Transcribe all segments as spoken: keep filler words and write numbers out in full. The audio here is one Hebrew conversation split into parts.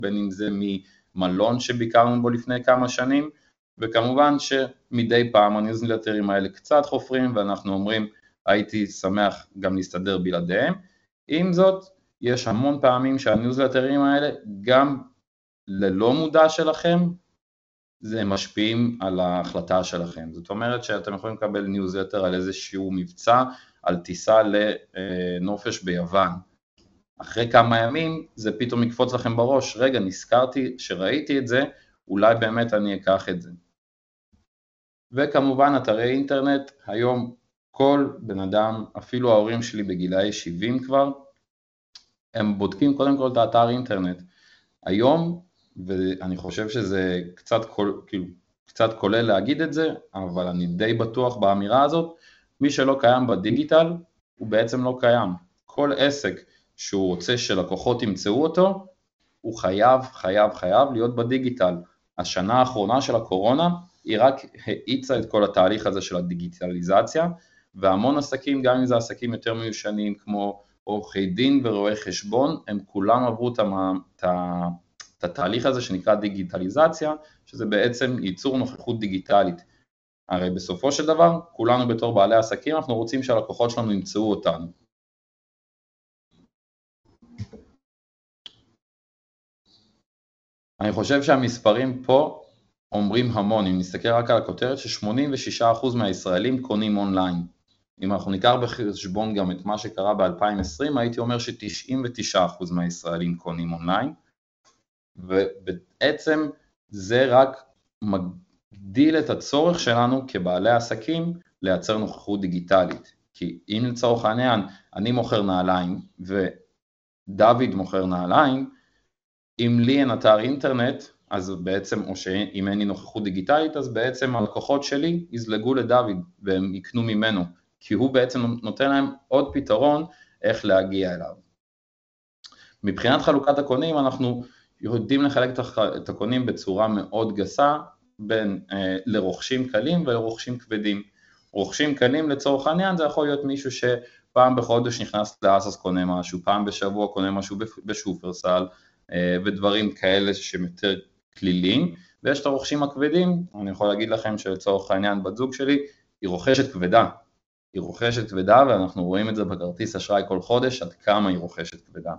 בין אם זה ממלון שביקרנו בו לפני כמה שנים, וכמובן שמדי פעם הניוזלטרים האלה קצת חופרים, ואנחנו אומרים, הייתי שמח גם להסתדר בלעדיהם. עם זאת, יש המון פעמים שהניוזלטרים האלה, גם ללא מודע שלכם, זה משפיעים על ההחלטה שלכם. זאת אומרת שאתם יכולים לקבל ניוזלטר על איזשהו מבצע, על טיסה לנופש ביוון. אחרי כמה ימים זה פתאום יקפוץ לכם בראש, רגע, נזכרתי שראיתי את זה, אולי באמת אני אקח את זה. וכמובן אתרי אינטרנט, היום כל בן אדם, אפילו ההורים שלי בגילאי שבעים כבר, הם בודקים קודם כל את האתר אינטרנט. היום, ואני חושב שזה קצת, כאילו, קצת כולל להגיד את זה, אבל אני די בטוח באמירה הזאת, מי שלא קיים בדיגיטל, הוא בעצם לא קיים. כל עסק שהוא רוצה שלקוחות ימצאו אותו, הוא חייב, חייב, חייב להיות בדיגיטל. השנה האחרונה של הקורונה, היא רק האיצה את כל התהליך הזה של הדיגיטליזציה, והמון עסקים, גם אם זה עסקים יותר מיושנים, כמו עורכי דין ורואי חשבון, הם כולם עברו את התהליך הזה שנקרא דיגיטליזציה, שזה בעצם ייצור נוכחות דיגיטלית. הרי בסופו של דבר, כולנו בתור בעלי עסקים, אנחנו רוצים שהלקוחות שלנו ימצאו אותנו. אני חושב שהמספרים פה אומרים המון, אם נסתכל רק על הכותרת, ש-שמונים ושישה אחוז מהישראלים קונים אונליין. אם אנחנו ניקח בחשבון גם את מה שקרה ב-אלפיים ועשרים, הייתי אומר ש-תשעים ותשעה אחוז מהישראלים קונים אונליין, ובעצם זה רק מגדיל את הצורך שלנו כבעלי עסקים לייצר נוכחות דיגיטלית. כי אם לצורך העניין אני מוכר נעליים ודוד מוכר נעליים, אם לי אין אתר אינטרנט, אז בעצם, או שאם אין לי נוכחות דיגיטלית, אז בעצם הלקוחות שלי יזלגו לדוד והם יקנו ממנו, כי הוא בעצם נותן להם עוד פתרון איך להגיע אליו. מבחינת חלוקת הקונים, אנחנו יודעים לחלק את הקונים בצורה מאוד גסה, בין אה, לרוכשים קלים ולרוכשים כבדים. רוכשים קלים לצורך העניין, זה יכול להיות מישהו שפעם בחודש נכנס לאסוס קונה משהו, פעם בשבוע קונה משהו בשופרסל, אה, ודברים כאלה שהם יותר כלילים, ויש את הרוכשים הכבדים, אני יכול להגיד לכם שלצורך העניין בת זוג שלי, היא רוכשת כבדה, היא רוכשת כבדה, ואנחנו רואים את זה בכרטיס אשראי כל חודש, עד כמה היא רוכשת כבדה.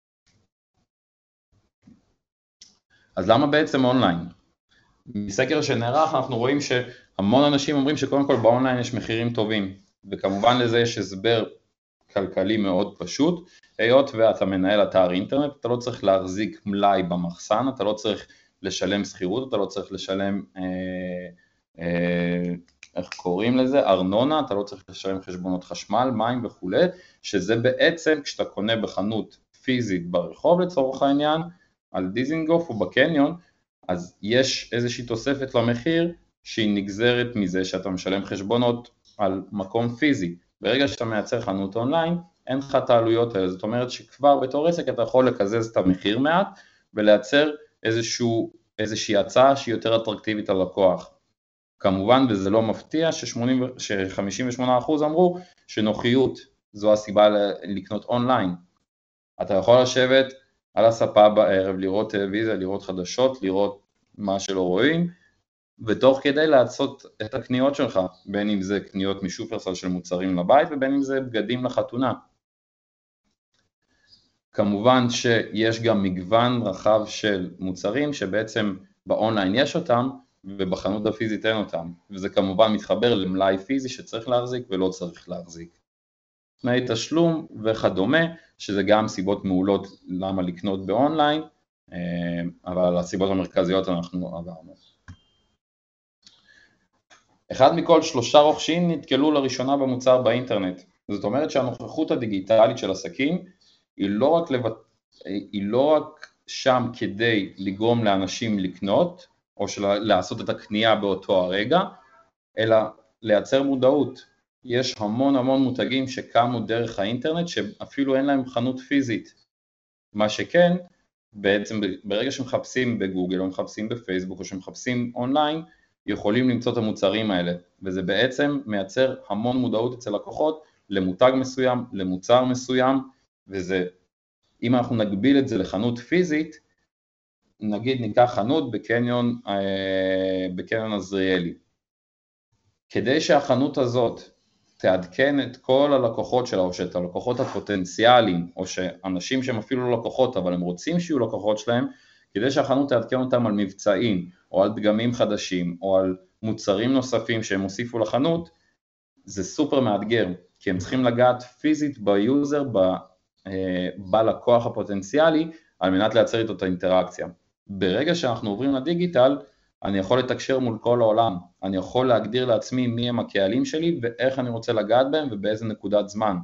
אז למה בעצם אונליין? מסקר שנערך אנחנו רואים שהמון אנשים אומרים שקודם כל באונליין יש מחירים טובים, וכמובן לזה יש הסבר כלכלי מאוד פשוט, היות ואתה מנהל אתר אינטרנט, אתה לא צריך להחזיק מלאי במחסן, אתה לא צריך לשלם שכירות, אתה לא צריך לשלם, אה, אה, איך קוראים לזה, ארנונה, אתה לא צריך לשלם חשבונות חשמל, מים וכו', שזה בעצם כשאתה קונה בחנות פיזית ברחוב לצורך העניין, על דיזינגוף או בקניון, אז יש איזושהי תוספת למחיר שהיא נגזרת מזה שאתה משלם חשבונות על מקום פיזי. ברגע שאתה מייצר חנות אונליין, אין לך את העלויות האלה, זאת אומרת שכבר בתור עסק אתה יכול לקזז את המחיר מעט, ולייצר איזשהו, איזושהי הצעה שהיא יותר אטרקטיבית ללקוח. כמובן, וזה לא מפתיע, ש-חמישים ושמונה אחוז אמרו שנוחיות זו הסיבה לקנות אונליין. אתה יכול לשבת על הספה בערב, לראות טלוויזיה, לראות חדשות, לראות מה שלא רואים, ותוך כדי לעשות את הקניות שלך, בין אם זה קניות משופרסל של מוצרים לבית, ובין אם זה בגדים לחתונה. כמובן שיש גם מגוון רחב של מוצרים, שבעצם באונליין יש אותם, ובחנות הפיזית אין אותם, וזה כמובן מתחבר למלאי פיזי שצריך להחזיק ולא צריך להחזיק. תנאי תשלום וכדומה, שזה גם סיבות מעולות למה לקנות באונליין, אבל הסיבות המרכזיות אנחנו עברנו. אחד מכל שלושה רוכשים נתקלו לראשונה במוצר באינטרנט, זאת אומרת שהנוכחות הדיגיטלית של עסקים היא לא רק, לבט... היא לא רק שם כדי לגרום לאנשים לקנות, או של... לעשות את הקנייה באותו הרגע, אלא לייצר מודעות. יש המון המון מותגים שקמו דרך האינטרנט שאפילו אין להם חנות פיזית. מה שכן, בעצם ברגע שמחפשים בגוגל או מחפשים בפייסבוק או שמחפשים אונליין, יכולים למצוא את המוצרים האלה, וזה בעצם מייצר המון מודעות אצל לקוחות למותג מסוים, למוצר מסוים, וזה, אם אנחנו נגביל את זה לחנות פיזית, נגיד ניקח חנות בקניון, בקניון עזריאלי. כדי שהחנות הזאת תעדכן את כל הלקוחות שלה, או שאת הלקוחות הפוטנציאליים, או שאנשים שהם אפילו לא לקוחות, אבל הם רוצים שיהיו לקוחות שלהם, כדי שהחנות תעדכן אותם על מבצעים, או על דגמים חדשים, או על מוצרים נוספים שהם הוסיפו לחנות, זה סופר מאתגר, כי הם צריכים לגעת פיזית ביוזר, בלקוח הפוטנציאלי, על מנת לייצר איתו את האינטראקציה. ברגע שאנחנו עוברים לדיגיטל, אני יכול לתקשר מול כל העולם, אני יכול להגדיר לעצמי מי הם הקהלים שלי, ואיך אני רוצה לגעת בהם, ובאיזה נקודת זמן.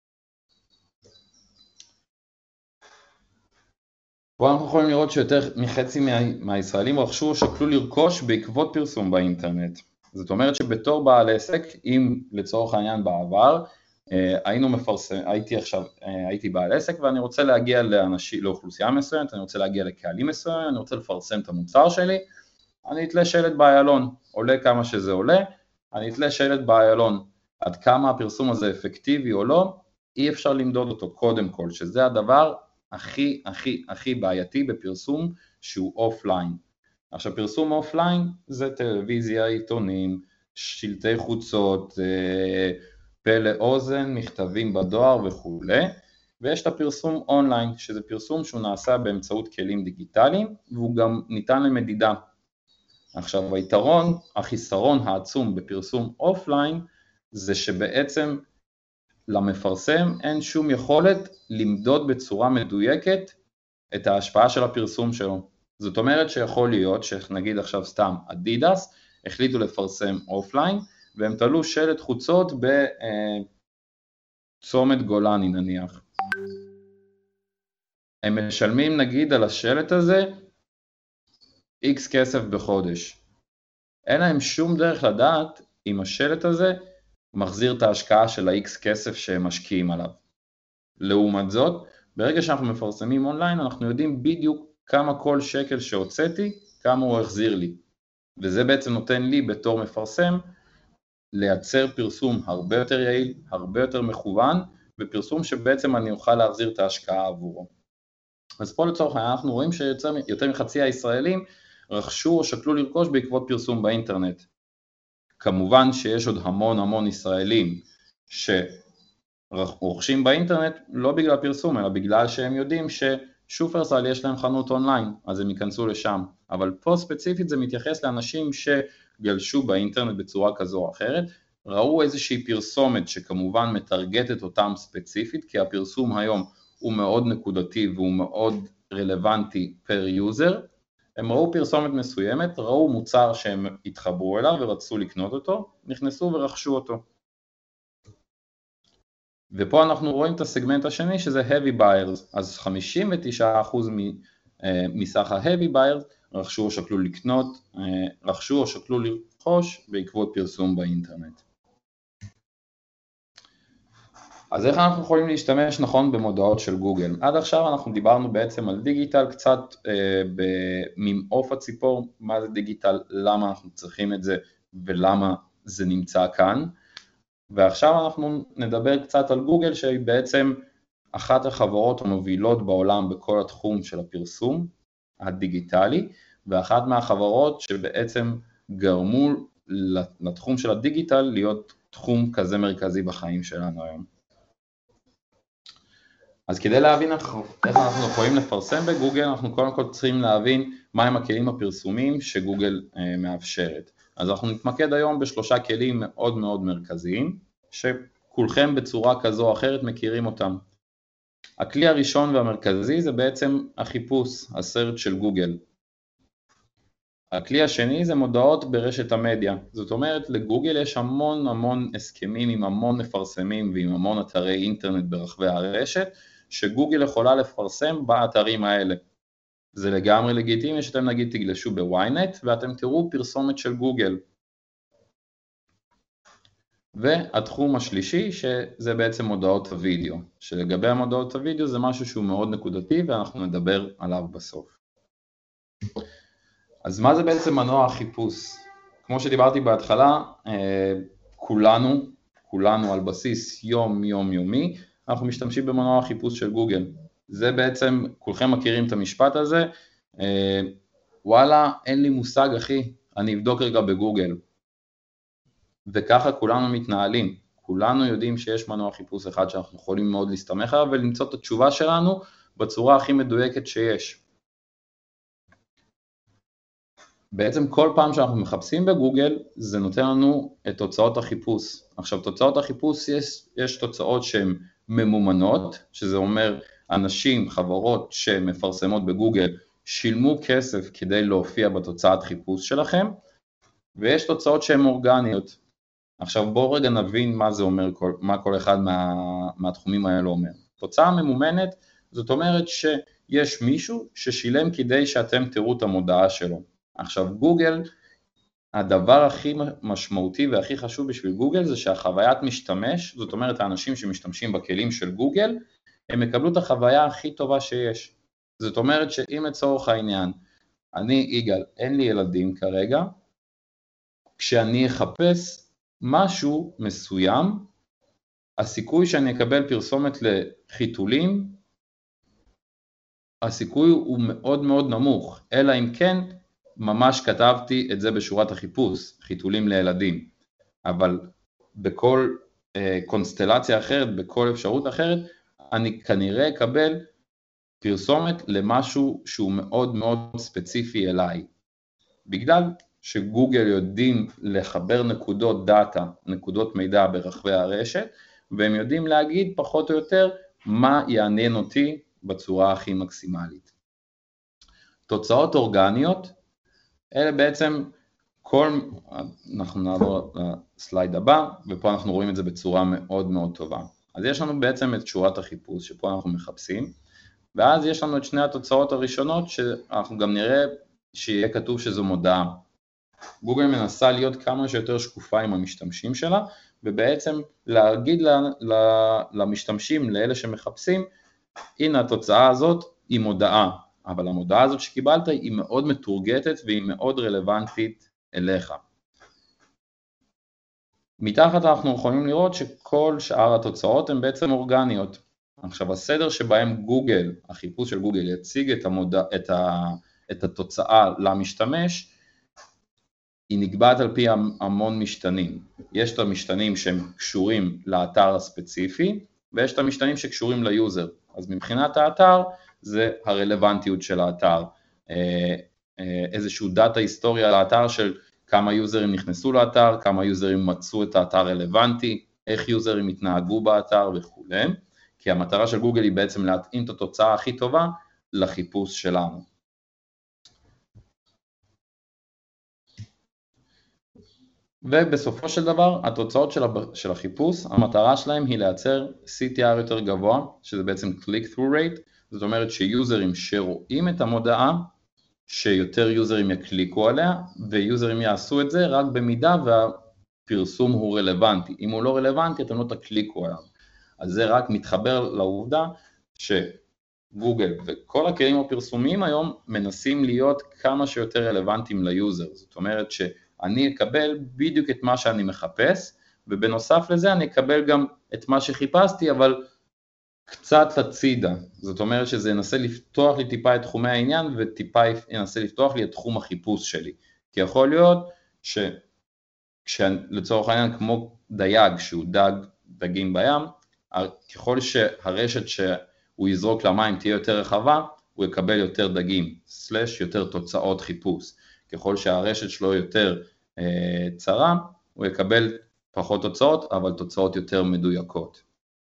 פה אנחנו יכולים לראות שיותר מחצי מה, מהישראלים רכשו או שקלו לרכוש בעקבות פרסום באינטרנט. זאת אומרת שבתור בעל עסק, אם לצורך העניין בעבר, היינו מפרסם, הייתי עכשיו, הייתי בעל עסק ואני רוצה להגיע לאנשים, לאוכלוסייה מסוימת, אני רוצה להגיע לקהלים מסוימים, אני רוצה לפרסם את המוצר שלי, אני אתלה שלט באיילון, עולה כמה שזה עולה, אני אתלה שלט באיילון, עד כמה הפרסום הזה אפקטיבי או לא, אי אפשר למדוד אותו קודם כל, שזה הדבר הכי הכי הכי בעייתי בפרסום שהוא אופליין. עכשיו פרסום אופליין זה טלוויזיה, עיתונים, שלטי חוצות, פה לאוזן, מכתבים בדואר וכו'. ויש את הפרסום אונליין, שזה פרסום שהוא נעשה באמצעות כלים דיגיטליים, והוא גם ניתן למדידה. עכשיו היתרון, החיסרון העצום בפרסום אופליין, זה שבעצם למפרסם אין שום יכולת למדוד בצורה מדויקת את ההשפעה של הפרסום שלו. זאת אומרת שיכול להיות, שנגיד עכשיו סתם אדידס, החליטו לפרסם אופליין, והם תלו שלט חוצות בצומת גולני נניח. הם משלמים נגיד על השלט הזה X כסף בחודש. אין להם שום דרך לדעת אם השלט הזה מחזיר את ההשקעה של ה-X כסף שהם משקיעים עליו. לעומת זאת, ברגע שאנחנו מפרסמים אונליין, אנחנו יודעים בדיוק כמה כל שקל שהוצאתי, כמה הוא החזיר לי. וזה בעצם נותן לי בתור מפרסם, לייצר פרסום הרבה יותר יעיל, הרבה יותר מכוון, ופרסום שבעצם אני אוכל להחזיר את ההשקעה עבורו. אז פה לצורך העניין אנחנו רואים שיותר מחצי הישראלים רכשו או שקלו לרכוש בעקבות פרסום באינטרנט. כמובן שיש עוד המון המון ישראלים שרוכשים באינטרנט לא בגלל פרסום, אלא בגלל שהם יודעים ששופרסל יש להם חנות אונליין, אז הם ייכנסו לשם. אבל פה ספציפית זה מתייחס לאנשים שגלשו באינטרנט בצורה כזו או אחרת, ראו איזושהי פרסומת שכמובן מטרגטת אותם ספציפית, כי הפרסום היום הוא מאוד נקודתי והוא מאוד רלוונטי פר יוזר, הם ראו פרסומת מסוימת, ראו מוצר שהם התחברו אליו ורצו לקנות אותו, נכנסו ורכשו אותו. ופה אנחנו רואים את הסגמנט השני שזה heavy buyers, אז חמישים ותשעה אחוז מסך ה-heavy buyers רכשו או שקלו לקנות, רכשו או שקלו לרכוש בעקבות פרסום באינטרנט. אז איך אנחנו יכולים להשתמש נכון במודעות של גוגל? עד עכשיו אנחנו דיברנו בעצם על דיגיטל, קצת אה, ממעוף הציפור, מה זה דיגיטל, למה אנחנו צריכים את זה ולמה זה נמצא כאן. ועכשיו אנחנו נדבר קצת על גוגל שהיא בעצם אחת החברות המובילות בעולם בכל התחום של הפרסום הדיגיטלי, ואחת מהחברות שבעצם גרמו לתחום של הדיגיטל להיות תחום כזה מרכזי בחיים שלנו היום. אז כדי להבין איך אנחנו יכולים לפרסם בגוגל, אנחנו קודם כל צריכים להבין מהם הכלים הפרסומיים שגוגל מאפשרת. אז אנחנו נתמקד היום בשלושה כלים מאוד מאוד מרכזיים, שכולכם בצורה כזו או אחרת מכירים אותם. הכלי הראשון והמרכזי זה בעצם החיפוש, הסרצ' של גוגל. הכלי השני זה מודעות ברשת המדיה, זאת אומרת לגוגל יש המון המון הסכמים עם המון מפרסמים ועם המון אתרי אינטרנט ברחבי הרשת, שגוגל יכולה לפרסם באתרים האלה. זה לגמרי לגיטימי שאתם נגיד תגלשו בוויינט ואתם תראו פרסומת של גוגל. והתחום השלישי שזה בעצם מודעות הוידאו, שלגבי המודעות הוידאו זה משהו שהוא מאוד נקודתי ואנחנו נדבר עליו בסוף. אז מה זה בעצם מנוע החיפוש? כמו שדיברתי בהתחלה, כולנו, כולנו על בסיס יום יום יומי, אנחנו משתמשים במנוע החיפוש של גוגל. זה בעצם, כולכם מכירים את המשפט הזה, אה, וואלה, אין לי מושג אחי, אני אבדוק רגע בגוגל. וככה כולנו מתנהלים, כולנו יודעים שיש מנוע חיפוש אחד שאנחנו יכולים מאוד להסתמך עליו ולמצוא את התשובה שלנו בצורה הכי מדויקת שיש. בעצם כל פעם שאנחנו מחפשים בגוגל, זה נותן לנו את תוצאות החיפוש. עכשיו, תוצאות החיפוש, יש, יש תוצאות שהן ממומנות, שזה אומר אנשים, חברות שמפרסמות בגוגל, שילמו כסף כדי להופיע בתוצאת חיפוש שלכם, ויש תוצאות שהן אורגניות. עכשיו בואו רגע נבין מה זה אומר, מה כל אחד מה, מהתחומים האלו אומר. תוצאה ממומנת, זאת אומרת שיש מישהו ששילם כדי שאתם תראו את המודעה שלו. עכשיו גוגל, הדבר הכי משמעותי והכי חשוב בשביל גוגל זה שהחוויית משתמש, זאת אומרת האנשים שמשתמשים בכלים של גוגל, הם יקבלו את החוויה הכי טובה שיש. זאת אומרת שאם לצורך העניין, אני יגאל, אין לי ילדים כרגע, כשאני אחפש משהו מסוים, הסיכוי שאני אקבל פרסומת לחיתולים, הסיכוי הוא מאוד מאוד נמוך, אלא אם כן ממש כתבתי את זה בשורת החיפוש, חיתולים לילדים, אבל בכל אה, קונסטלציה אחרת, בכל אפשרות אחרת, אני כנראה אקבל פרסומת למשהו שהוא מאוד מאוד ספציפי אליי, בגלל שגוגל יודעים לחבר נקודות דאטה, נקודות מידע ברחבי הרשת, והם יודעים להגיד פחות או יותר מה יעניין אותי בצורה הכי מקסימלית. תוצאות אורגניות, אלה בעצם כל, אנחנו נעבור לסלייד הבא, ופה אנחנו רואים את זה בצורה מאוד מאוד טובה. אז יש לנו בעצם את שורת החיפוש, שפה אנחנו מחפשים, ואז יש לנו את שני התוצאות הראשונות, שאנחנו גם נראה שיהיה כתוב שזו מודעה. גוגל מנסה להיות כמה שיותר שקופה עם המשתמשים שלה, ובעצם להגיד למשתמשים, לאלה שמחפשים, הנה התוצאה הזאת היא מודעה, אבל המודעה הזאת שקיבלת היא מאוד מתורגטת והיא מאוד רלוונטית אליך. מתחת אנחנו יכולים לראות שכל שאר התוצאות הן בעצם אורגניות. עכשיו הסדר שבהם גוגל, החיפוש של גוגל יציג את, המודע, את, ה, את התוצאה למשתמש, היא נקבעת על פי המון משתנים. יש את המשתנים שהם קשורים לאתר הספציפי, ויש את המשתנים שקשורים ליוזר. אז מבחינת האתר, זה הרלוונטיות של האתר. איזשהו דאטה היסטוריה לאתר של כמה יוזרים נכנסו לאתר, כמה יוזרים מצאו את האתר רלוונטי, איך יוזרים התנהגו באתר וכו'. כי המטרה של גוגל היא בעצם להתאים את התוצאה הכי טובה לחיפוש שלנו. ובסופו של דבר, התוצאות של החיפוש, המטרה שלהם היא לייצר סי טי אר יותר גבוה, שזה בעצם click-through rate, זאת אומרת שיוזרים שרואים את המודעה, שיותר יוזרים יקליקו עליה, ויוזרים יעשו את זה רק במידה והפרסום הוא רלוונטי. אם הוא לא רלוונטי, אתם לא תקליקו עליו. אז זה רק מתחבר לעובדה שגוגל וכל הכלים הפרסומיים היום מנסים להיות כמה שיותר רלוונטיים ליוזר. זאת אומרת ש... אני אקבל בדיוק את מה שאני מחפש, ובנוסף לזה אני אקבל גם את מה שחיפשתי, אבל קצת לצידה. זאת אומרת שזה ינסה לפתוח לי טיפה את תחומי העניין, וטיפה ינסה לפתוח לי את תחום החיפוש שלי. כי יכול להיות שלצורך העניין כמו דייג, שהוא דג דגים בים, ככל שהרשת שהוא יזרוק למים תהיה יותר רחבה, הוא יקבל יותר דגים, סלש יותר תוצאות חיפוש. ככל שהרשת שלו יותר אה, צרה, הוא יקבל פחות תוצאות, אבל תוצאות יותר מדויקות.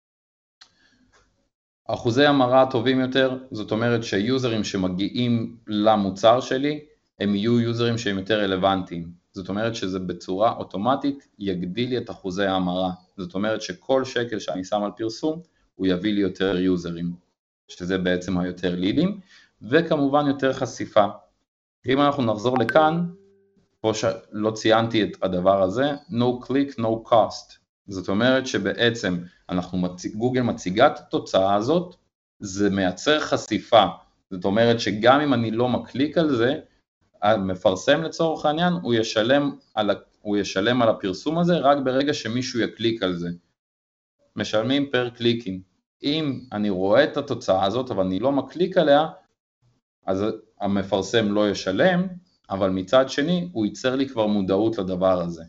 אחוזי המרה טובים יותר, זאת אומרת שיוזרים שמגיעים למוצר שלי, הם יהיו יוזרים שהם יותר רלוונטיים. זאת אומרת שזה בצורה אוטומטית יגדיל לי את אחוזי המרה. זאת אומרת שכל שקל שאני שם על פרסום, הוא יביא לי יותר יוזרים, שזה בעצם היותר לידים, וכמובן יותר חשיפה. אם אנחנו נחזור לכאן, פה שלא ציינתי את הדבר הזה, no click, no cost. זאת אומרת שבעצם אנחנו מציג, גוגל מציגה את התוצאה הזאת, זה מייצר חשיפה. זאת אומרת שגם אם אני לא מקליק על זה, המפרסם לצורך העניין, הוא ישלם על, הוא ישלם על הפרסום הזה רק ברגע שמישהו יקליק על זה. משלמים פר קליקים. אם אני רואה את התוצאה הזאת, אבל אני לא מקליק עליה, אז המפרסם לא ישלם, אבל מצד שני הוא ייצר לי כבר מודעות לדבר הזה.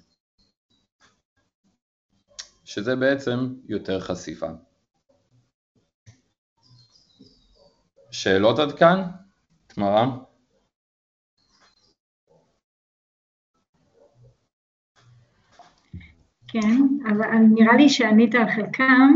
שזה בעצם יותר חשיפה. שאלות עד כאן? תמרה? כן, אבל נראה לי שענית על חלקם.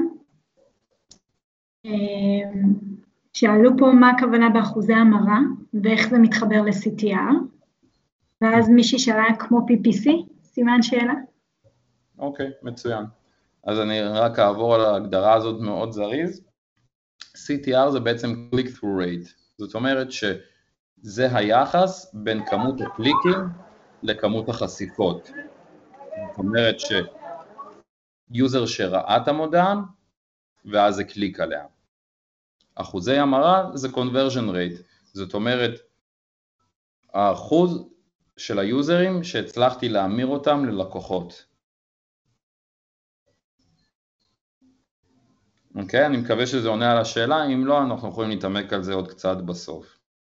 שאלו פה מה הכוונה באחוזי המרה, ואיך זה מתחבר ל-סי טי אר, ואז מישהי שאלה כמו פי פי סי, סימן שאלה. אוקיי, מצוין. אז אני רק אעבור על ההגדרה הזאת מאוד זריז. סי טי אר זה בעצם click-through rate, זאת אומרת שזה היחס בין כמות הקליקים לכמות החשיפות. זאת אומרת שיוזר שראה את המודעה, ואז זה קליק עליה. אחוזי המרה זה conversion rate, זאת אומרת האחוז של היוזרים שהצלחתי להמיר אותם ללקוחות. אוקיי, אני מקווה שזה עונה על השאלה, אם לא אנחנו יכולים להתעמק על זה עוד קצת בסוף.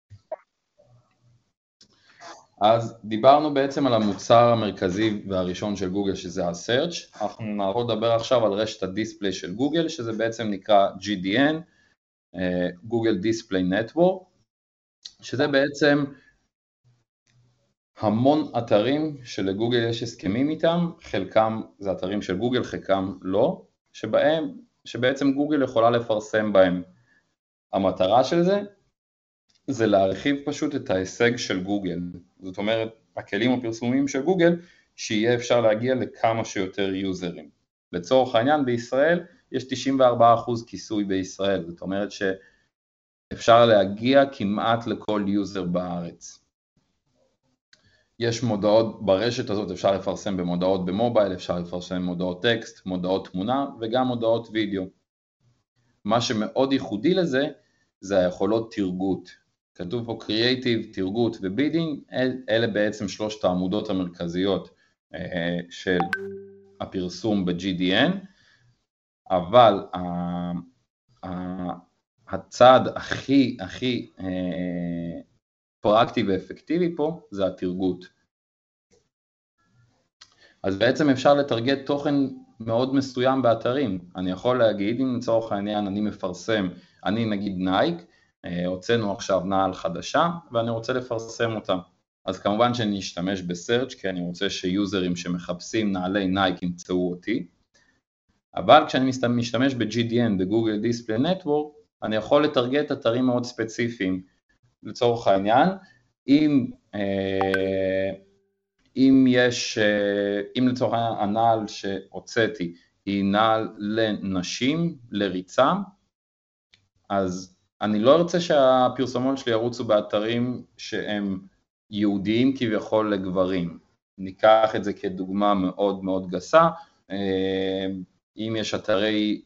אז דיברנו בעצם על המוצר המרכזי והראשון של גוגל שזה ה-Search, אנחנו נעבור לדבר עכשיו על רשת הדיספליי של גוגל שזה בעצם נקרא ג'י די אן, Google Display Network, שזה בעצם המון אתרים שלגוגל יש הסכמים איתם, חלקם זה אתרים של גוגל, חלקם לא, שבהם, שבעצם גוגל יכולה לפרסם בהם. המטרה של זה זה להרחיב פשוט את ההישג של גוגל, זאת אומרת הכלים הפרסומיים של גוגל שיהיה אפשר להגיע לכמה שיותר יוזרים. לצורך העניין בישראל יש תשעים וארבעה אחוז כיסוי בישראל, זאת אומרת שאפשר להגיע כמעט לכל יוזר בארץ. יש מודעות ברשת הזאת, אפשר לפרסם במודעות במובייל, אפשר לפרסם מודעות טקסט, מודעות תמונה וגם מודעות וידאו. מה שמאוד ייחודי לזה זה היכולות תרגות. כתוב פה קריאייטיב, תרגות ובידינג, אלה בעצם שלושת העמודות המרכזיות של הפרסום ב-ג'י די אן, אבל הצעד הכי הכי פרקטי ואפקטיבי פה זה התרגות. אז בעצם אפשר לטרגט תוכן מאוד מסוים באתרים. אני יכול להגיד, אם לצורך העניין אני מפרסם, אני נגיד נייק, הוצאנו עכשיו נעל חדשה ואני רוצה לפרסם אותה. אז כמובן שאני אשתמש בסרצ' כי אני רוצה שיוזרים שמחפשים נעלי נייק ימצאו אותי. אבל כשאני משתמש ב-ג'י די אן, ב-Google Display Network, אני יכול לטרגט אתרים מאוד ספציפיים. לצורך העניין, אם, אם יש, אם לצורך העניין הנעל שהוצאתי היא נעל לנשים, לריצה, אז אני לא ארצה שהפרסומות שלי ירוצו באתרים שהם יהודיים כביכול לגברים. ניקח את זה כדוגמה מאוד מאוד גסה, אם יש אתרי,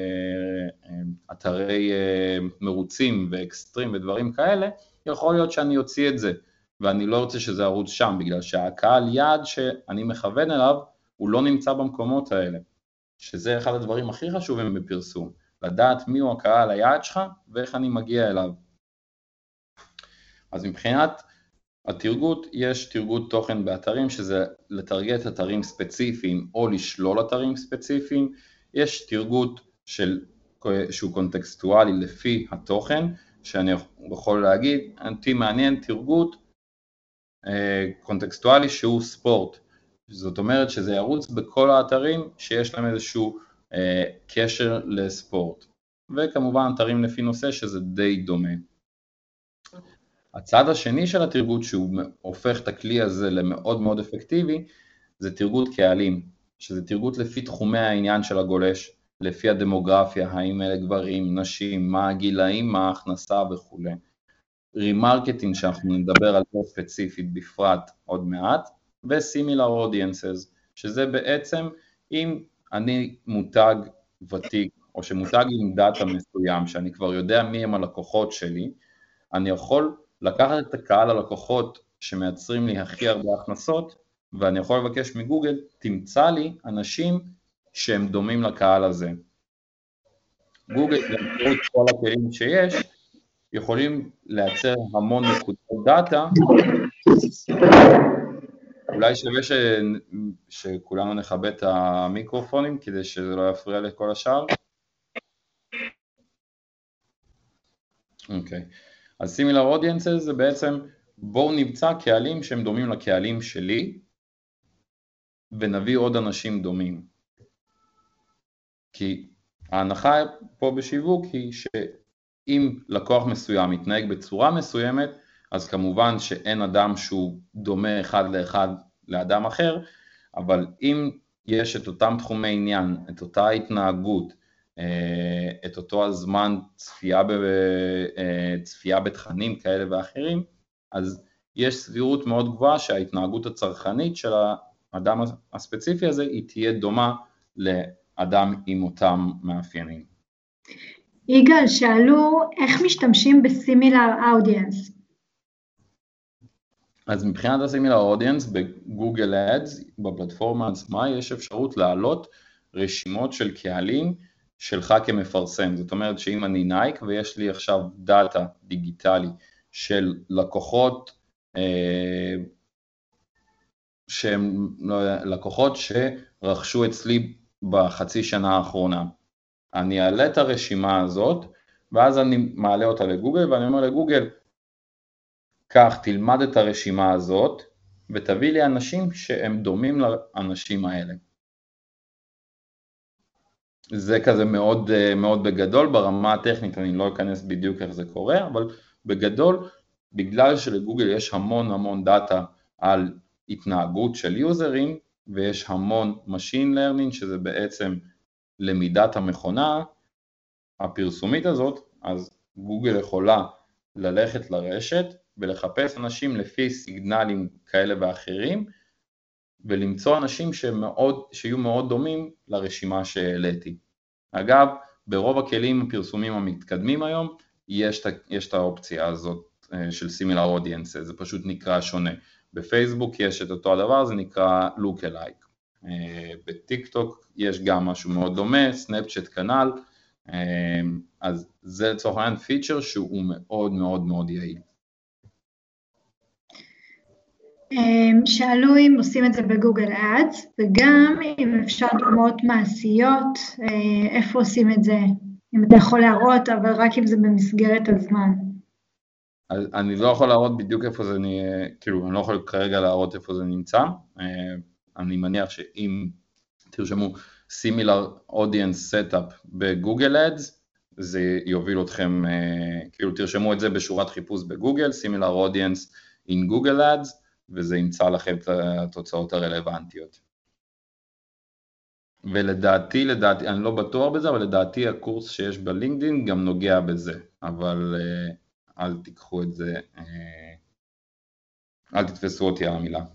אתרי מרוצים ואקסטרים ודברים כאלה, יכול להיות שאני אוציא את זה, ואני לא רוצה שזה ירוץ שם, בגלל שהקהל יעד שאני מכוון אליו, הוא לא נמצא במקומות האלה, שזה אחד הדברים הכי חשובים בפרסום, לדעת מיהו הקהל היעד שלך, ואיך אני מגיע אליו. אז מבחינת התרגות, יש תרגות תוכן באתרים, שזה לטרגט אתרים ספציפיים, או לשלול אתרים ספציפיים, יש תרגות של, שהוא קונטקסטואלי לפי התוכן, שאני יכול להגיד, אותי מעניין תרגות אה, קונטקסטואלי שהוא ספורט, זאת אומרת שזה ירוץ בכל האתרים שיש להם איזשהו אה, קשר לספורט, וכמובן אתרים לפי נושא שזה די דומה. הצד השני של התרגות שהוא הופך את הכלי הזה למאוד מאוד אפקטיבי, זה תרגות קהלים, שזה תרגות לפי תחומי העניין של הגולש, לפי הדמוגרפיה, האם אלה גברים, נשים, מה הגילאים, מה ההכנסה וכו'. רימרקטינג שאנחנו נדבר על זה ספציפית בפרט עוד מעט, ו-similar audiences, שזה בעצם אם אני מותג ותיק, או שמותג עם דאטה מסוים, שאני כבר יודע מי הם הלקוחות שלי, אני יכול לקחת את הקהל הלקוחות שמייצרים לי הכי הרבה הכנסות, ואני יכול לבקש מגוגל, תמצא לי אנשים שהם דומים לקהל הזה. גוגל, באמצעות כל הכלים שיש, יכולים לייצר המון נקודות דאטה, אולי שווה ש... שכולנו נכבה את המיקרופונים כדי שזה לא יפריע לכל השאר. אוקיי, אז Similar Audiences זה בעצם בואו נמצא קהלים שהם דומים לקהלים שלי, ונביא עוד אנשים דומים. כי ההנחה פה בשיווק היא שאם לקוח מסוים מתנהג בצורה מסוימת, אז כמובן שאין אדם שהוא דומה אחד לאחד לאדם אחר, אבל אם יש את אותם תחומי עניין, את אותה התנהגות, את אותו הזמן צפייה, ב, צפייה בתכנים כאלה ואחרים, אז יש סבירות מאוד גבוהה שההתנהגות הצרכנית של האדם הספציפי הזה היא תהיה דומה לאדם עם אותם מאפיינים. יגאל, שאלו איך משתמשים ב-Similar Audience. אז מבחינת ה-Similar Audience בגוגל אדס, בפלטפורמה עצמה, יש אפשרות להעלות רשימות של קהלים שלך כמפרסם. זאת אומרת שאם אני נייק ויש לי עכשיו דאטה דיגיטלי של לקוחות, אה, שהם לקוחות שרכשו אצלי בחצי שנה האחרונה, אני אעלה את הרשימה הזאת, ואז אני מעלה אותה לגוגל, ואני אומר לגוגל, כך תלמד את הרשימה הזאת, ותביא לי אנשים שהם דומים לאנשים האלה. זה כזה מאוד, מאוד בגדול, ברמה הטכנית אני לא אכנס בדיוק איך זה קורה, אבל בגדול, בגלל שלגוגל יש המון המון דאטה על התנהגות של יוזרים, ויש המון Machine Learning, שזה בעצם למידת המכונה הפרסומית הזאת, אז גוגל יכולה ללכת לרשת, ולחפש אנשים לפי סיגנלים כאלה ואחרים, ולמצוא אנשים שמאוד, שיהיו מאוד דומים לרשימה שהעליתי. אגב, ברוב הכלים הפרסומים המתקדמים היום, יש, יש את האופציה הזאת של Similar Audiences, זה פשוט נקרא שונה. בפייסבוק יש את אותו הדבר, זה נקרא Lookalike. בטיק טוק יש גם משהו מאוד דומה, סנאפצ'אט כנ"ל, אז זה לצורך העניין פיצ'ר שהוא מאוד מאוד מאוד יעיל. שאלו אם עושים את זה בגוגל אדס, וגם אם אפשר דוגמאות מעשיות, איפה עושים את זה, אם אתה יכול להראות, אבל רק אם זה במסגרת הזמן. אני לא יכול להראות בדיוק איפה זה, כאילו, אני לא יכול כרגע להראות איפה זה נמצא, אני מניח שאם תרשמו Similar Audience Setup בגוגל אדס, זה יוביל אתכם, כאילו תרשמו את זה בשורת חיפוש בגוגל, Similar Audience in Google Ads, וזה ימצא לכם את התוצאות הרלוונטיות. ולדעתי, לדעתי, אני לא בטוח בזה, אבל לדעתי הקורס שיש בלינקדין גם נוגע בזה, אבל אל תיקחו את זה, אל תתפסו אותי על המילה.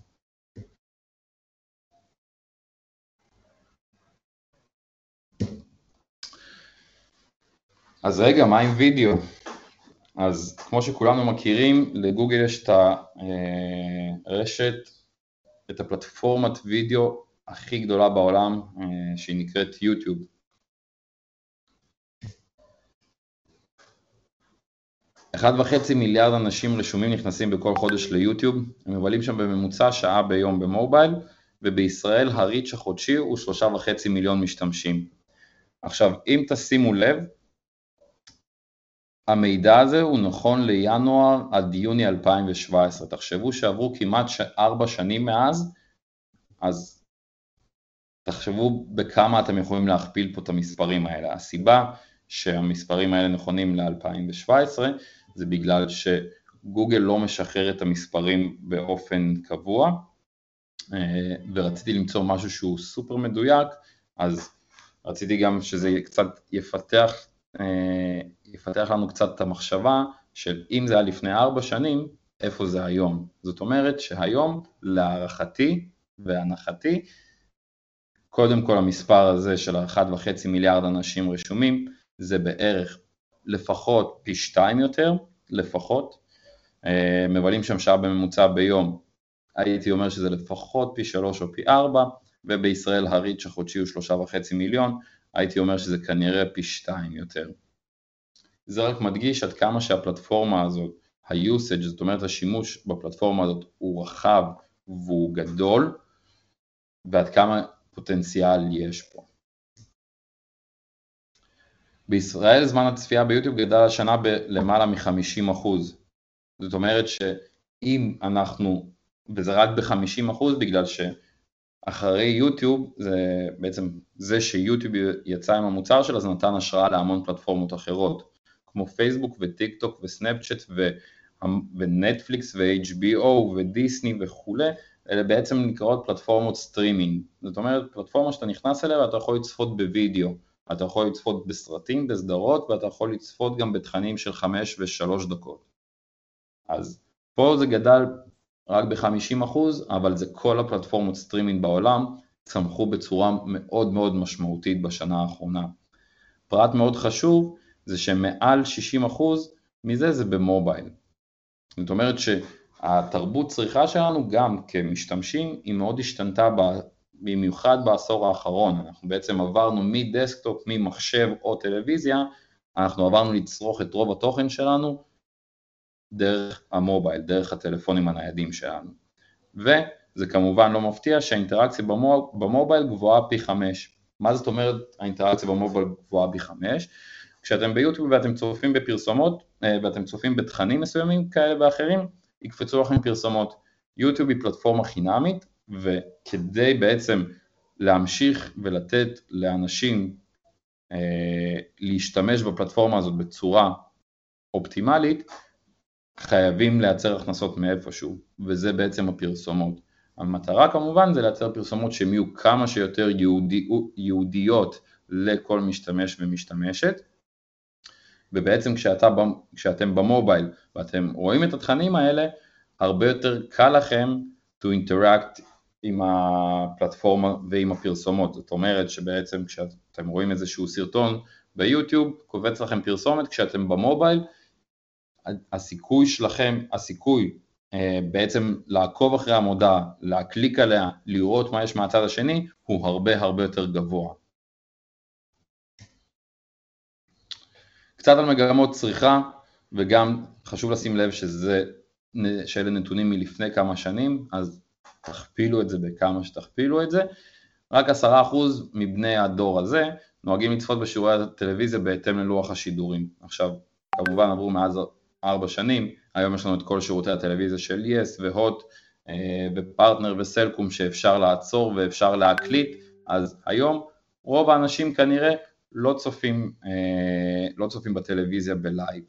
אז רגע, מה עם וידאו? אז כמו שכולנו מכירים, לגוגל יש את הרשת, את הפלטפורמת וידאו הכי גדולה בעולם, שהיא נקראת יוטיוב. אחד וחצי מיליארד אנשים רשומים נכנסים בכל חודש ליוטיוב, הם מבלים שם בממוצע שעה ביום במובייל, ובישראל הריץ' החודשי הוא שלושה וחצי מיליון משתמשים. עכשיו, אם תשימו לב, המידע הזה הוא נכון לינואר עד יוני אלפיים שבע עשרה, תחשבו שעברו כמעט ארבע שנים מאז, אז תחשבו בכמה אתם יכולים להכפיל פה את המספרים האלה. הסיבה שהמספרים האלה נכונים ל-אלפיים שבע עשרה, זה בגלל שגוגל לא משחרר את המספרים באופן קבוע, ורציתי למצוא משהו שהוא סופר מדויק, אז רציתי גם שזה קצת יפתח, יפתח לנו קצת את המחשבה של אם זה היה לפני ארבע שנים, איפה זה היום. זאת אומרת שהיום להערכתי והנחתי, קודם כל המספר הזה של אחד וחצי מיליארד אנשים רשומים, זה בערך לפחות פי שתיים יותר, לפחות, מבלים שם שעה בממוצע ביום, הייתי אומר שזה לפחות פי שלוש או פי ארבע, ובישראל הריץ' החודשי הוא שלושה וחצי מיליון, הייתי אומר שזה כנראה פי שתיים יותר. זה רק מדגיש עד כמה שהפלטפורמה הזאת, ה-usage, זאת אומרת השימוש בפלטפורמה הזאת הוא רחב והוא גדול, ועד כמה פוטנציאל יש פה. בישראל זמן הצפייה ביוטיוב גדל השנה בלמעלה מ-חמישים אחוז. זאת אומרת שאם אנחנו, וזה רק ב-חמישים אחוז בגלל שאחרי יוטיוב, זה בעצם זה שיוטיוב יצא עם המוצר שלה, זה נתן השראה להמון פלטפורמות אחרות, כמו פייסבוק וטיק טוק וסנאפצ'אט ונטפליקס ו-אייץ' בי או ודיסני וכו', אלה בעצם נקראות פלטפורמות סטרימינג. זאת אומרת, פלטפורמה שאתה נכנס אליה ואתה יכול לצפות בווידאו, אתה יכול לצפות בסרטים, בסדרות, ואתה יכול לצפות גם בתכנים של חמש ושלוש דקות. אז פה זה גדל רק ב-חמישים אחוז, אבל זה כל הפלטפורמות סטרימינג בעולם, צמחו בצורה מאוד מאוד משמעותית בשנה האחרונה. פרט מאוד חשוב, זה שמעל שישים אחוז מזה זה במובייל. זאת אומרת שהתרבות צריכה שלנו גם כמשתמשים, היא מאוד השתנתה במיוחד בעשור האחרון. אנחנו בעצם עברנו מדסקטופ, ממחשב או טלוויזיה, אנחנו עברנו לצרוך את רוב התוכן שלנו דרך המובייל, דרך הטלפונים הניידים שלנו. וזה כמובן לא מפתיע שהאינטראקציה במובייל גבוהה פי חמש. מה זאת אומרת האינטראקציה במובייל גבוהה פי חמש? כשאתם ביוטיוב ואתם צופים בפרסומות, ואתם צופים בתכנים מסוימים כאלה ואחרים, יקפצו לכם פרסומות. יוטיוב היא פלטפורמה חינמית, וכדי בעצם להמשיך ולתת לאנשים אה, להשתמש בפלטפורמה הזאת בצורה אופטימלית, חייבים לייצר הכנסות מאיפשהו, וזה בעצם הפרסומות. המטרה כמובן זה לייצר פרסומות שהן יהיו כמה שיותר יהודי, יהודיות לכל משתמש ומשתמשת, ובעצם כשאתה, כשאתם במובייל ואתם רואים את התכנים האלה, הרבה יותר קל לכם to interact עם הפלטפורמה ועם הפרסומות. זאת אומרת שבעצם כשאתם רואים איזשהו סרטון ביוטיוב, קובץ לכם פרסומת, כשאתם במובייל, הסיכוי שלכם, הסיכוי בעצם לעקוב אחרי המודעה, להקליק עליה, לראות מה יש מהצד השני, הוא הרבה הרבה יותר גבוה. קצת על מגמות צריכה, וגם חשוב לשים לב שזה, שאלה נתונים מלפני כמה שנים, אז תכפילו את זה בכמה שתכפילו את זה. רק עשרה אחוז מבני הדור הזה נוהגים לצפות בשיעורי הטלוויזיה בהתאם ללוח השידורים. עכשיו, כמובן עברו מאז ארבע שנים, היום יש לנו את כל שירותי הטלוויזיה של יס והוט ופרטנר וסלקום שאפשר לעצור ואפשר להקליט, אז היום רוב האנשים כנראה לא צופים, לא צופים בטלוויזיה בלייב.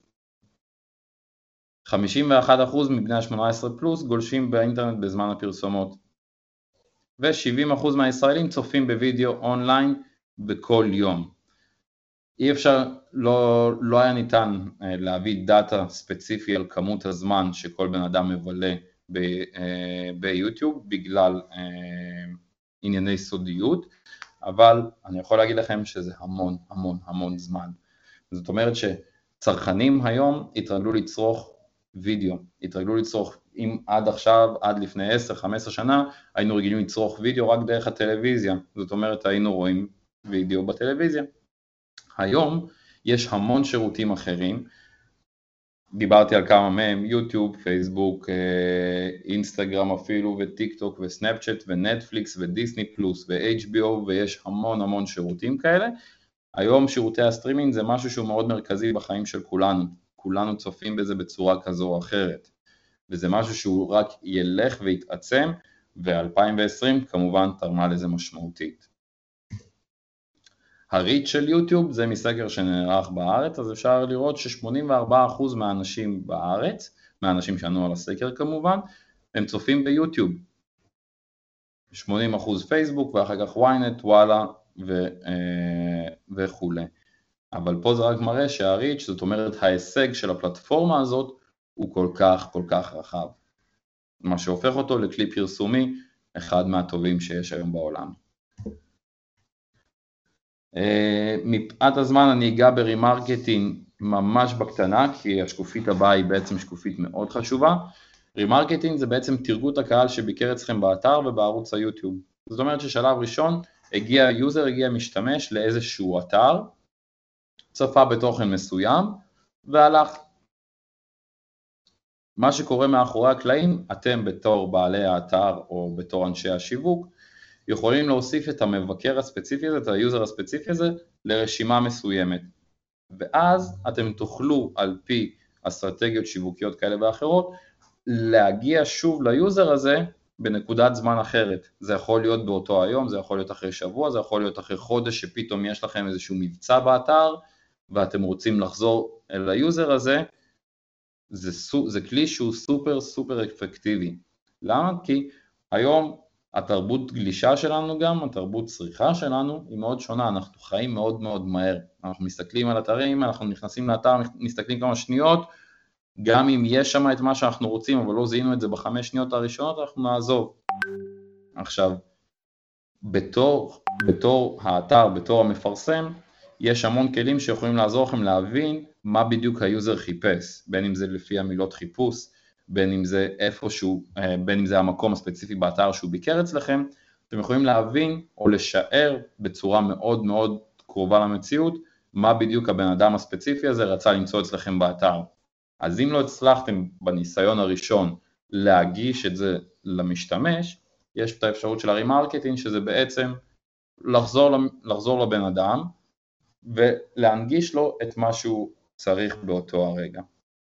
חמישים ואחד אחוז מבני ה-שמונה עשרה פלוס גולשים באינטרנט בזמן הפרסומות, ו-שבעים אחוז מהישראלים צופים בווידאו אונליין בכל יום. אי אפשר, לא, לא היה ניתן להביא דאטה ספציפי על כמות הזמן שכל בן אדם מבלה ב, ביוטיוב בגלל ענייני סודיות, אבל אני יכול להגיד לכם שזה המון המון המון זמן. זאת אומרת שצרכנים היום התרגלו לצרוך וידאו, התרגלו לצרוך, אם עד עכשיו, עד לפני עשר חמש עשרה שנה, היינו רגילים לצרוך וידאו רק דרך הטלוויזיה, זאת אומרת היינו רואים וידאו בטלוויזיה. היום יש המון שירותים אחרים, דיברתי על כמה מהם, יוטיוב, פייסבוק, אינסטגרם אפילו, וטיק טוק וסנאפצ'אט ונטפליקס ודיסני פלוס ו-אייץ' בי או, ויש המון המון שירותים כאלה. היום שירותי הסטרימינג זה משהו שהוא מאוד מרכזי בחיים של כולנו, כולנו צופים בזה בצורה כזו או אחרת, וזה משהו שהוא רק ילך ויתעצם, ו-אלפיים ועשרים כמובן תרמה לזה משמעותית. הריץ' של יוטיוב זה מסקר שנערך בארץ, אז אפשר לראות ש-שמונים וארבעה אחוז מהאנשים בארץ, מהאנשים שענו על הסקר כמובן, הם צופים ביוטיוב. שמונים אחוז פייסבוק ואחר כך וויינט, וואלה ו, וכו'. אבל פה זה רק מראה שהריץ', זאת אומרת ההישג של הפלטפורמה הזאת, הוא כל כך כל כך רחב. מה שהופך אותו לכלי פרסומי, אחד מהטובים שיש היום בעולם. מפאת הזמן אני אגע ברימרקטינג ממש בקטנה, כי השקופית הבאה היא בעצם שקופית מאוד חשובה. רימרקטינג זה בעצם תרגות הקהל שביקר אצלכם באתר ובערוץ היוטיוב. זאת אומרת ששלב ראשון הגיע יוזר, הגיע משתמש לאיזשהו אתר, צפה בתוכן מסוים, והלך. מה שקורה מאחורי הקלעים, אתם בתור בעלי האתר או בתור אנשי השיווק, יכולים להוסיף את המבקר הספציפי הזה, את היוזר הספציפי הזה, לרשימה מסוימת. ואז אתם תוכלו על פי אסטרטגיות שיווקיות כאלה ואחרות, להגיע שוב ליוזר הזה בנקודת זמן אחרת. זה יכול להיות באותו היום, זה יכול להיות אחרי שבוע, זה יכול להיות אחרי חודש שפתאום יש לכם איזשהו מבצע באתר, ואתם רוצים לחזור אל היוזר הזה, זה, זה כלי שהוא סופר סופר אפקטיבי. למה? כי היום התרבות גלישה שלנו גם, התרבות צריכה שלנו היא מאוד שונה, אנחנו חיים מאוד מאוד מהר, אנחנו מסתכלים על אתרים, אנחנו נכנסים לאתר, מסתכלים כמה שניות, גם אם יש שם את מה שאנחנו רוצים, אבל לא זיהינו את זה בחמש שניות הראשונות, אנחנו נעזוב. עכשיו, בתור, בתור האתר, בתור המפרסם, יש המון כלים שיכולים לעזור לכם להבין מה בדיוק היוזר חיפש, בין אם זה לפי המילות חיפוש, בין אם זה איפשהו, בין אם זה המקום הספציפי באתר שהוא ביקר אצלכם, אתם יכולים להבין או לשער בצורה מאוד מאוד קרובה למציאות, מה בדיוק הבן אדם הספציפי הזה רצה למצוא אצלכם באתר. אז אם לא הצלחתם בניסיון הראשון להגיש את זה למשתמש, יש את האפשרות של הרימרקטינג, שזה בעצם לחזור, לחזור לבן אדם, ולהנגיש לו את מה שהוא צריך באותו הרגע.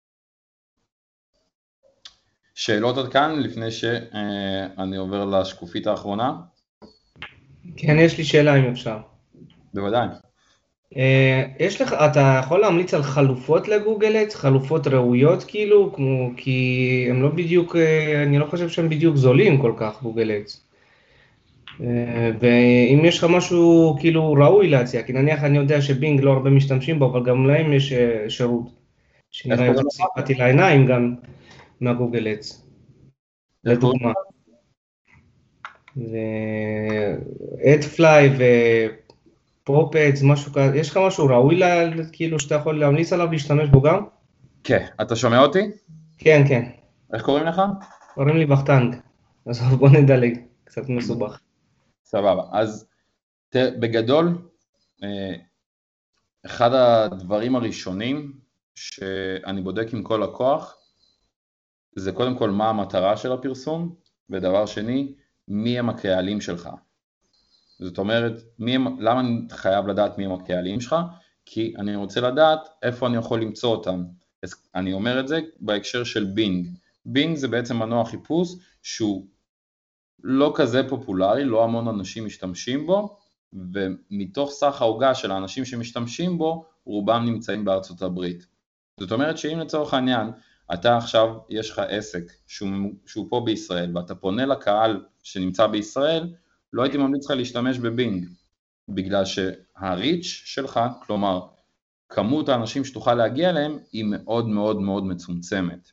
שאלות עד כאן לפני שאני עובר לשקופית האחרונה? כן, יש לי שאלה אם אפשר. בוודאי. יש לך, אתה יכול להמליץ על חלופות לגוגל אדס, חלופות ראויות כאילו, כמו, כי הם לא בדיוק, אני לא חושב שהם בדיוק זולים כל כך גוגל אדס. ואם יש לך משהו כאילו ראוי להציע, כי נניח אני יודע שבינג לא הרבה משתמשים בו, אבל גם להם יש שירות, שנראה יותר סימפטי לעיניים גם מהגוגל אדס, לדוגמה. ו-Adfly ופרופדס, משהו כזה, יש לך משהו ראוי כאילו שאתה יכול להמליץ עליו להשתמש בו גם? כן, אתה שומע אותי? כן, כן. איך קוראים לך? קוראים לי בחטנג, אז בוא נדלג, קצת מסובך. סבבה, אז בגדול, אחד הדברים הראשונים שאני בודק עם כל לקוח, זה קודם כל מה המטרה של הפרסום, ודבר שני, מי הם הקהלים שלך. זאת אומרת, מי הם, למה אני חייב לדעת מי הם הקהלים שלך? כי אני רוצה לדעת איפה אני יכול למצוא אותם. אז אני אומר את זה בהקשר של בינג. בינג זה בעצם מנוע חיפוש שהוא לא כזה פופולרי, לא המון אנשים משתמשים בו, ומתוך סך העוגה של האנשים שמשתמשים בו, רובם נמצאים בארצות הברית. זאת אומרת שאם לצורך העניין, אתה עכשיו יש לך עסק שהוא, שהוא פה בישראל, ואתה פונה לקהל שנמצא בישראל, לא הייתי ממליץ לך להשתמש בבינג, בגלל שהריץ' שלך, כלומר, כמות האנשים שתוכל להגיע אליהם, היא מאוד מאוד מאוד מצומצמת.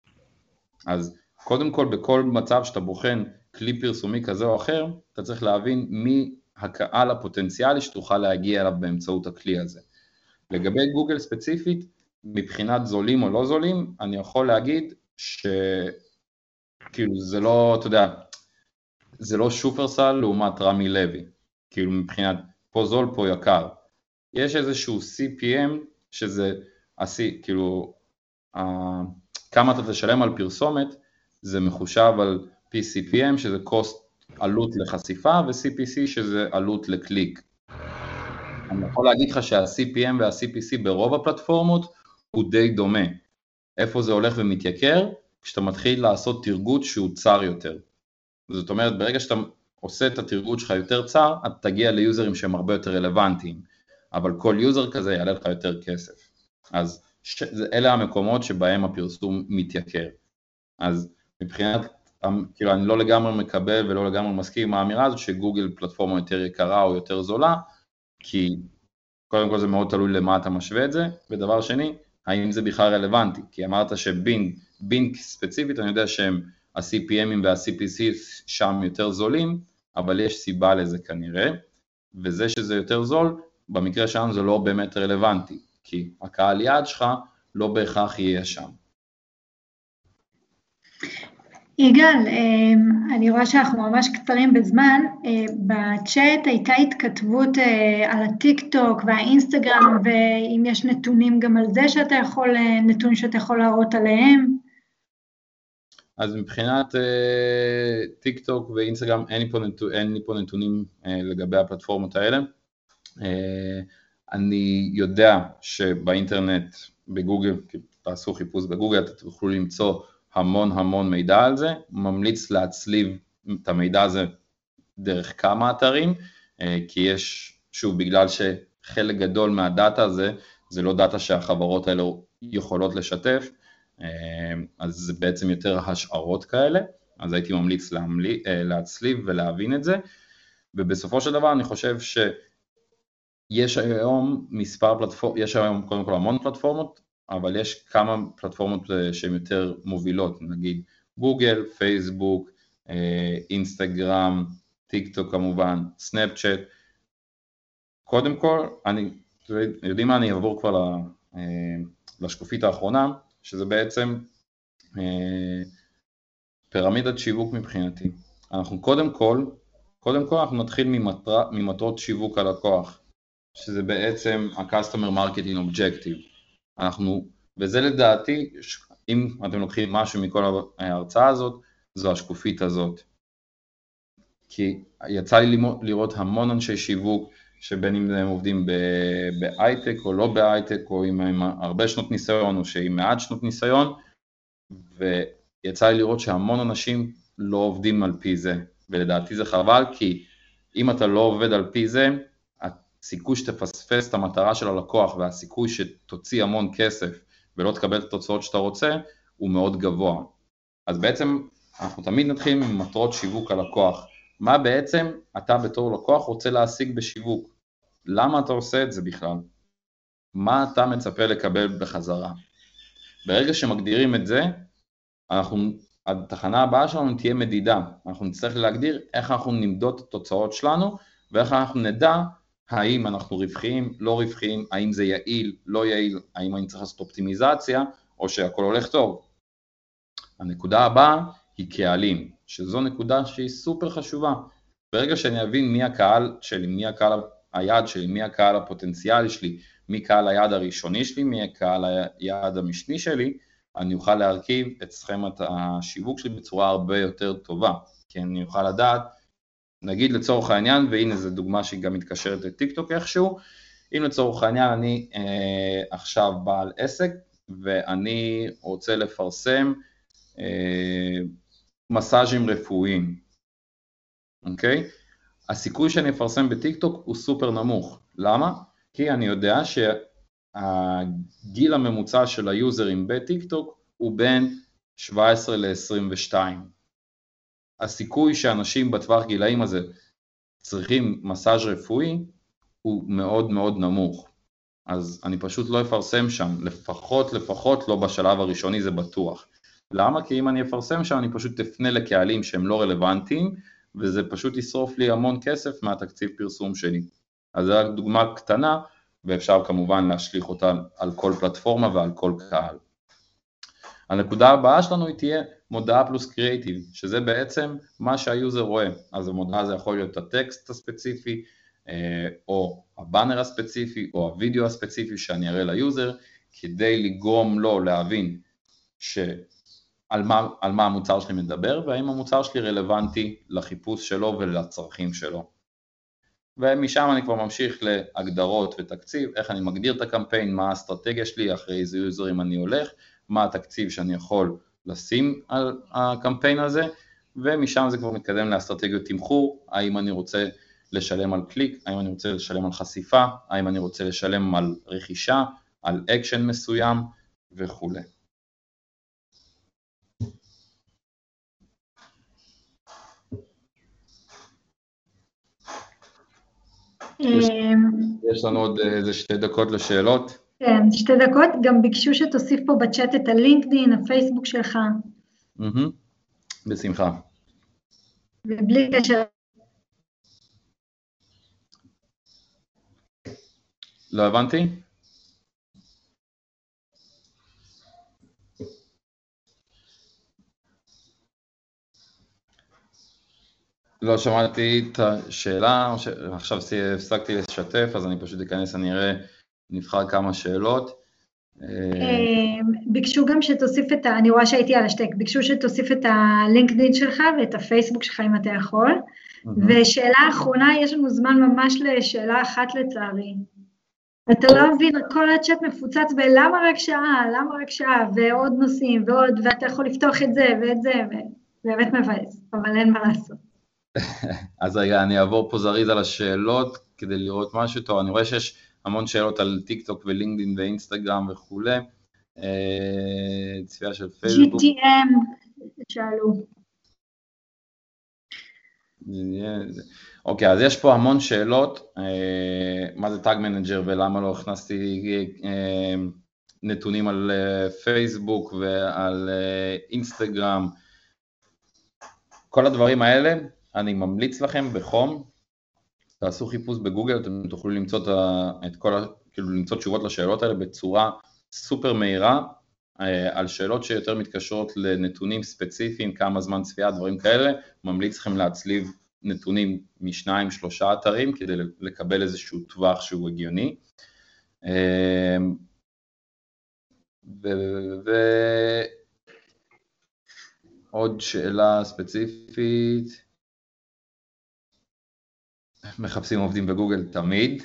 אז קודם כל, בכל מצב שאתה בוחן כלי פרסומי כזה או אחר, אתה צריך להבין מי הקהל הפוטנציאלי שתוכל להגיע אליו באמצעות הכלי הזה. לגבי גוגל ספציפית, מבחינת זולים או לא זולים, אני יכול להגיד שכאילו זה לא, אתה יודע, זה לא שופרסל לעומת רמי לוי, כאילו מבחינת פה זול פה יקר. יש איזשהו סי פי אם שזה, כאילו, כמה אתה תשלם על פרסומת, זה מחושב על פי סי פי אם שזה קוסט עלות לחשיפה, ו-סי פי סי שזה עלות לקליק. אני יכול להגיד לך שה-סי פי אם וה-סי פי סי ברוב הפלטפורמות הוא די דומה. איפה זה הולך ומתייקר? כשאתה מתחיל לעשות תרגות שהוא צר יותר. זאת אומרת, ברגע שאתה עושה את התרגות שלך יותר צר, אתה תגיע ליוזרים שהם הרבה יותר רלוונטיים, אבל כל יוזר כזה יעלה לך יותר כסף. אז ש... אלה המקומות שבהם הפרסום מתייקר. אז מבחינת, כאילו אני לא לגמרי מקבל ולא לגמרי מסכים עם האמירה הזאת שגוגל פלטפורמה יותר יקרה או יותר זולה, כי קודם כל זה מאוד תלוי למה אתה משווה את זה, ודבר שני, האם זה בכלל רלוונטי, כי אמרת שבינג, בינג ספציפית, אני יודע שהם ה-סי פי אם וה-סי פי סי שם יותר זולים, אבל יש סיבה לזה כנראה, וזה שזה יותר זול, במקרה שלנו זה לא באמת רלוונטי, כי הקהל יעד שלך לא בהכרח יהיה שם. יגאל, אני רואה שאנחנו ממש קצרים בזמן, בצ'אט הייתה התכתבות על הטיק טוק והאינסטגרם, ואם יש נתונים גם על זה שאתה יכול, נתון שאתה יכול להראות עליהם. אז מבחינת טיק טוק ואינסטגרם אין לי פה, נתונים, אין לי פה נתונים לגבי הפלטפורמות האלה. אני יודע שבאינטרנט, בגוגל, תעשו חיפוש בגוגל, אתם תוכלו למצוא המון המון מידע על זה, ממליץ להצליב את המידע הזה דרך כמה אתרים, כי יש, שוב, בגלל שחלק גדול מהדאטה הזה, זה לא דאטה שהחברות האלו יכולות לשתף, אז זה בעצם יותר השערות כאלה, אז הייתי ממליץ להמליץ, להצליב ולהבין את זה, ובסופו של דבר אני חושב שיש היום מספר פלטפורמות, יש היום קודם כל המון פלטפורמות, אבל יש כמה פלטפורמות שהן יותר מובילות, נגיד גוגל, פייסבוק, אינסטגרם, טיק טוק כמובן, סנאפצ'אט. קודם כל, אני, יודעים מה, אני אעבור כבר לשקופית האחרונה, שזה בעצם פירמידת שיווק מבחינתי. אנחנו קודם כל, קודם כל אנחנו נתחיל ממטרה, ממטרות שיווק הלקוח, שזה בעצם ה-Customer Marketing Objective. אנחנו, וזה לדעתי, אם אתם לוקחים משהו מכל ההרצאה הזאת, זו השקופית הזאת. כי יצא לי לראות המון אנשי שיווק, שבין אם הם עובדים בהייטק או לא בהייטק, או עם, עם הרבה שנות ניסיון, או שעם מעט שנות ניסיון, ויצא לי לראות שהמון אנשים לא עובדים על פי זה, ולדעתי זה חבל, כי אם אתה לא עובד על פי זה, הסיכוי שתפספס את המטרה של הלקוח, והסיכוי שתוציא המון כסף, ולא תקבל את התוצאות שאתה רוצה, הוא מאוד גבוה. אז בעצם אנחנו תמיד נתחיל ממטרות שיווק הלקוח. מה בעצם אתה בתור לקוח רוצה להשיג בשיווק? למה אתה עושה את זה בכלל? מה אתה מצפה לקבל בחזרה? ברגע שמגדירים את זה, אנחנו, התחנה הבאה שלנו תהיה מדידה. אנחנו נצטרך להגדיר איך אנחנו נמדוד את התוצאות שלנו, ואיך אנחנו נדע האם אנחנו רווחיים, לא רווחיים, האם זה יעיל, לא יעיל, האם אני צריך לעשות אופטימיזציה, או שהכל הולך טוב. הנקודה הבאה היא קהלים, שזו נקודה שהיא סופר חשובה. ברגע שאני אבין מי הקהל שלי, מי הקהל היעד שלי, מי הקהל הפוטנציאלי שלי, מי קהל היעד הראשוני שלי, מי הקהל היעד המשני שלי, אני אוכל להרכיב את סכמת השיווק שלי בצורה הרבה יותר טובה, כי אני אוכל לדעת, נגיד לצורך העניין, והנה זו דוגמה שהיא גם מתקשרת לטיק טוק איכשהו, אם לצורך העניין אני אה, עכשיו בעל עסק, ואני רוצה לפרסם אה, מסאז'ים רפואיים, אוקיי? הסיכוי שאני אפרסם בטיק טוק הוא סופר נמוך. למה? כי אני יודע שהגיל הממוצע של היוזרים בטיק טוק הוא בין שבע עשרה ל-עשרים ושתיים. הסיכוי שאנשים בטווח גילאים הזה צריכים מסאז' רפואי הוא מאוד מאוד נמוך. אז אני פשוט לא אפרסם שם, לפחות לפחות לא בשלב הראשוני, זה בטוח. למה? כי אם אני אפרסם שם אני פשוט תפנה לקהלים שהם לא רלוונטיים, וזה פשוט ישרוף לי המון כסף מהתקציב פרסום שלי. אז זו רק דוגמה קטנה, ואפשר כמובן להשליך אותה על כל פלטפורמה ועל כל קהל. הנקודה הבאה שלנו היא תהיה מודעה פלוס קריאיטיב, שזה בעצם מה שהיוזר רואה. אז המודעה זה יכול להיות הטקסט הספציפי, או הבאנר הספציפי, או הוידאו הספציפי שאני אראה ליוזר, כדי לגרום לו להבין שעל מה, על מה המוצר שלי מדבר, והאם המוצר שלי רלוונטי לחיפוש שלו ולצרכים שלו. ומשם אני כבר ממשיך להגדרות ותקציב, איך אני מגדיר את הקמפיין, מה האסטרטגיה שלי, אחרי איזה יוזרים אני הולך, מה התקציב שאני יכול לשים על הקמפיין הזה, ומשם זה כבר מתקדם לאסטרטגיות תמחור, האם אני רוצה לשלם על קליק, האם אני רוצה לשלם על חשיפה, האם אני רוצה לשלם על רכישה, על אקשן מסוים וכו'. יש, יש לנו עוד איזה שתי דקות לשאלות. כן, שתי דקות, גם ביקשו שתוסיף פה בצ'אט את הלינקדין, הפייסבוק שלך. Mm-hmm. בשמחה. ובלי קשר. לא הבנתי? לא שמעתי את השאלה, עכשיו הפסקתי לשתף, אז אני פשוט אכנס, אני אראה, נבחר כמה שאלות. ביקשו גם שתוסיף את ה... אני רואה שהייתי על השטק, ביקשו שתוסיף את הלינקדין שלך ואת הפייסבוק שלך אם אתה יכול. ושאלה האחרונה, יש לנו זמן ממש לשאלה אחת לצערי. אתה לא מבין, כל הצ'אט מפוצץ בלמה רק שעה, למה רק שעה, ועוד נושאים ועוד, ואתה יכול לפתוח את זה ואת זה, ובאמת מבאס, אבל אין מה לעשות. אז רגע, אני אעבור פה זריז על השאלות, כדי לראות משהו טוב. אני רואה שיש המון שאלות על טיק טוק ולינקדין ואינסטגרם וכו'. צפייה של פייסבוק. ג'י טי אם, שאלו. אוקיי, אז יש פה המון שאלות. מה זה טאג מנג'ר ולמה לא הכנסתי נתונים על פייסבוק ועל אינסטגרם. כל הדברים האלה, אני ממליץ לכם בחום, תעשו חיפוש בגוגל, אתם תוכלו למצוא את כל, כאילו למצוא תשובות לשאלות האלה בצורה סופר מהירה, על שאלות שיותר מתקשרות לנתונים ספציפיים, כמה זמן צפייה, דברים כאלה, ממליץ לכם להצליב נתונים משניים, שלושה אתרים, כדי לקבל איזשהו טווח שהוא הגיוני. ו... ו... עוד שאלה ספציפית, מחפשים עובדים בגוגל תמיד,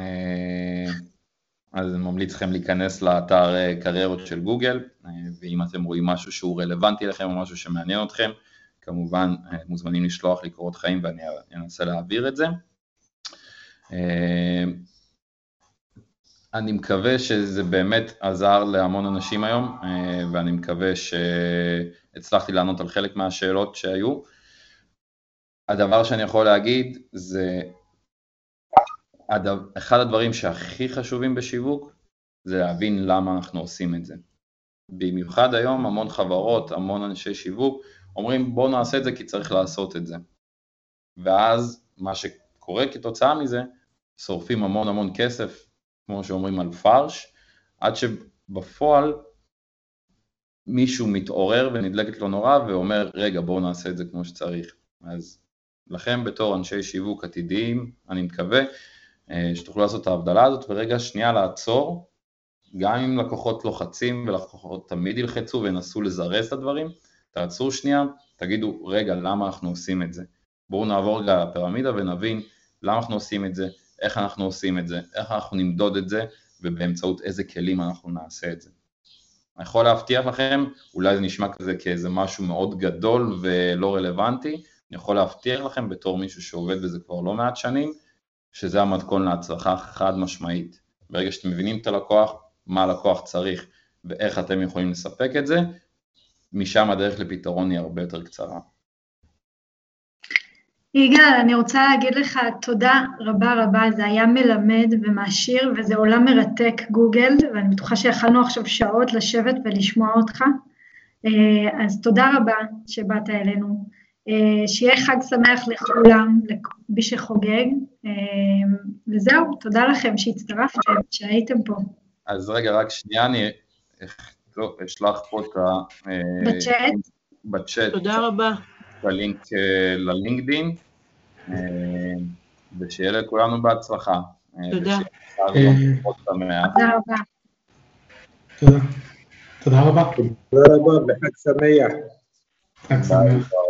אז אני ממליץ לכם להיכנס לאתר קריירות של גוגל, ואם אתם רואים משהו שהוא רלוונטי לכם או משהו שמעניין אתכם, כמובן מוזמנים לשלוח לי קורות חיים ואני אנסה להעביר את זה. אני מקווה שזה באמת עזר להמון אנשים היום, ואני מקווה שהצלחתי לענות על חלק מהשאלות שהיו. הדבר שאני יכול להגיד זה, אחד הדברים שהכי חשובים בשיווק, זה להבין למה אנחנו עושים את זה. במיוחד היום המון חברות, המון אנשי שיווק, אומרים בוא נעשה את זה כי צריך לעשות את זה. ואז מה שקורה כתוצאה מזה, שורפים המון המון כסף, כמו שאומרים על פרש, עד שבפועל מישהו מתעורר ונדלקת לו נורא ואומר רגע בואו נעשה את זה כמו שצריך. אז לכם בתור אנשי שיווק עתידיים, אני מקווה שתוכלו לעשות את ההבדלה הזאת ורגע שנייה לעצור, גם אם לקוחות לוחצים ולקוחות תמיד ילחצו וינסו לזרז את הדברים, תעצרו שנייה, תגידו רגע למה אנחנו עושים את זה. בואו נעבור רגע לפירמידה ונבין למה אנחנו עושים את זה, איך אנחנו עושים את זה, איך אנחנו נמדוד את זה, ובאמצעות איזה כלים אנחנו נעשה את זה. אני יכול להבטיח לכם, אולי זה נשמע כזה כאיזה משהו מאוד גדול ולא רלוונטי, אני יכול להבטיח לכם בתור מישהו שעובד בזה כבר לא מעט שנים, שזה המתכון להצלחה חד משמעית. ברגע שאתם מבינים את הלקוח, מה הלקוח צריך, ואיך אתם יכולים לספק את זה, משם הדרך לפתרון היא הרבה יותר קצרה. יגאל, אני רוצה להגיד לך תודה רבה רבה, זה היה מלמד ומעשיר, וזה עולם מרתק גוגל, ואני בטוחה שיכלנו עכשיו שעות לשבת ולשמוע אותך, אז תודה רבה שבאת אלינו, שיהיה חג שמח לכולם, למי שחוגג, וזהו, תודה לכם שהצטרפתם, שהייתם פה. אז רגע, רק שנייה, אני אשלח פה את ה... בצ'אט. בצ'אט. תודה רבה. בלינק ללינקדין, ושיהיה לכולנו בהצלחה. תודה. תודה רבה. תודה. תודה רבה. תודה רבה וחג שמח. חג שמח.